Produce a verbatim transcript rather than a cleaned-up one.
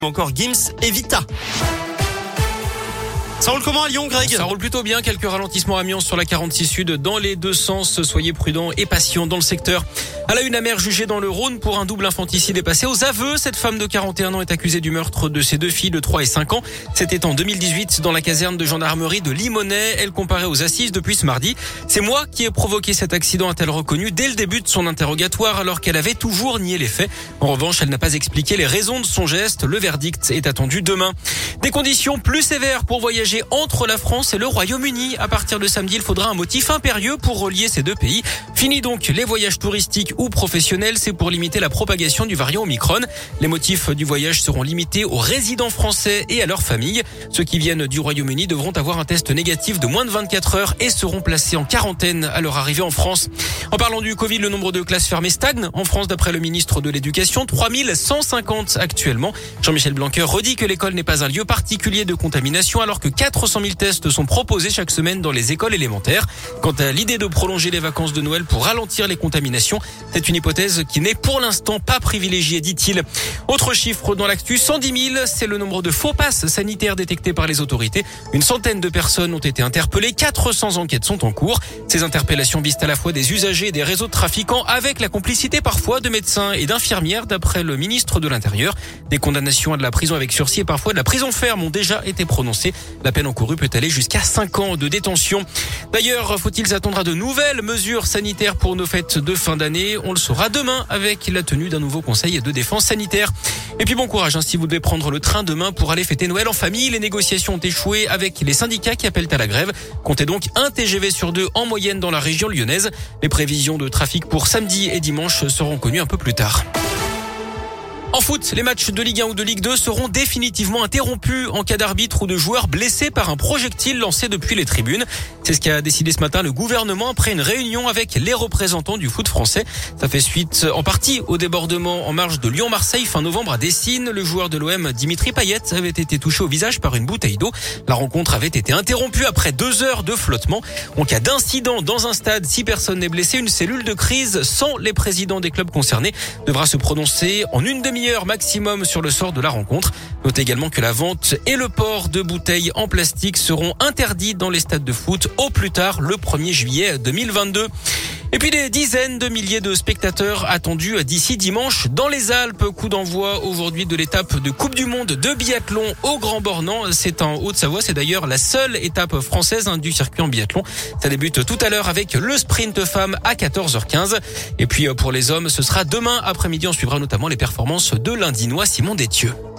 Encore Gims et Vita. Ça roule comment à Lyon, Greg? Ça roule plutôt bien. Quelques ralentissements à Mions sur la quarante-six Sud dans les deux sens. Soyez prudents et patients dans le secteur. À la une, la mère jugée dans le Rhône pour un double infanticide est passée aux aveux. Cette femme de quarante et un ans est accusée du meurtre de ses deux filles de trois et cinq ans. C'était en deux mille dix-huit dans la caserne de gendarmerie de Limonest. Elle comparait aux assises depuis ce mardi. C'est moi qui ai provoqué cet accident, a-t-elle reconnu dès le début de son interrogatoire, alors qu'elle avait toujours nié les faits. En revanche, elle n'a pas expliqué les raisons de son geste. Le verdict est attendu demain. Des conditions plus sévères pour voyager entre la France et le Royaume-Uni. À partir de samedi, il faudra un motif impérieux pour relier ces deux pays. Fini donc les voyages touristiques ou professionnels. C'est pour limiter la propagation du variant Omicron. Les motifs du voyage seront limités aux résidents français et à leurs familles. Ceux qui viennent du Royaume-Uni devront avoir un test négatif de moins de vingt-quatre heures et seront placés en quarantaine à leur arrivée en France. En parlant du Covid, le nombre de classes fermées stagne en France d'après le ministre de l'Éducation. trois mille cent cinquante actuellement. Jean-Michel Blanquer redit que l'école n'est pas un lieu particulier de contamination alors que quatre cent mille tests sont proposés chaque semaine dans les écoles élémentaires. Quant à l'idée de prolonger les vacances de Noël pour ralentir les contaminations, c'est une hypothèse qui n'est pour l'instant pas privilégiée, dit-il. Autre chiffre dans l'actu, cent dix mille, c'est le nombre de faux passes sanitaires détectés par les autorités. Une centaine de personnes ont été interpellées, quatre cents enquêtes sont en cours. Ces interpellations visent à la fois des usagers et des réseaux de trafiquants avec la complicité parfois de médecins et d'infirmières d'après le ministre de l'Intérieur. Des condamnations à de la prison avec sursis et parfois de la prison ferme ont déjà été prononcées. La peine encourue peut aller jusqu'à cinq ans de détention. D'ailleurs, faut-il s'attendre à de nouvelles mesures sanitaires pour nos fêtes de fin d'année? On le saura demain avec la tenue d'un nouveau conseil de défense sanitaire. Et puis bon courage hein, si vous devez prendre le train demain pour aller fêter Noël en famille. Les négociations ont échoué avec les syndicats qui appellent à la grève. Comptez donc un T G V sur deux en moyenne dans la région lyonnaise. Les prévisions de trafic pour samedi et dimanche seront connues un peu plus tard. En foot, les matchs de Ligue un ou de Ligue deux seront définitivement interrompus en cas d'arbitre ou de joueur blessé par un projectile lancé depuis les tribunes. C'est ce qu'a décidé ce matin le gouvernement après une réunion avec les représentants du foot français. Ça fait suite en partie au débordement en marge de Lyon-Marseille fin novembre à Dessines. Le joueur de l'O M Dimitri Payet avait été touché au visage par une bouteille d'eau. La rencontre avait été interrompue après deux heures de flottement. En cas d'incident dans un stade, si personne n'est blessé, une cellule de crise sans les présidents des clubs concernés devra se prononcer en une demi-heure maximum sur le sort de la rencontre. Notez également que la vente et le port de bouteilles en plastique seront interdits dans les stades de foot au plus tard le premier juillet deux mille vingt-deux. Et puis des dizaines de milliers de spectateurs attendus d'ici dimanche dans les Alpes. Coup d'envoi aujourd'hui de l'étape de Coupe du Monde de biathlon au Grand Bornand. C'est en Haute-Savoie. C'est d'ailleurs la seule étape française hein, du circuit en biathlon. Ça débute tout à l'heure avec le sprint femme à quatorze heures quinze. Et puis pour les hommes, ce sera demain après-midi. On suivra notamment les performances de l'Indinois Simon Détieux.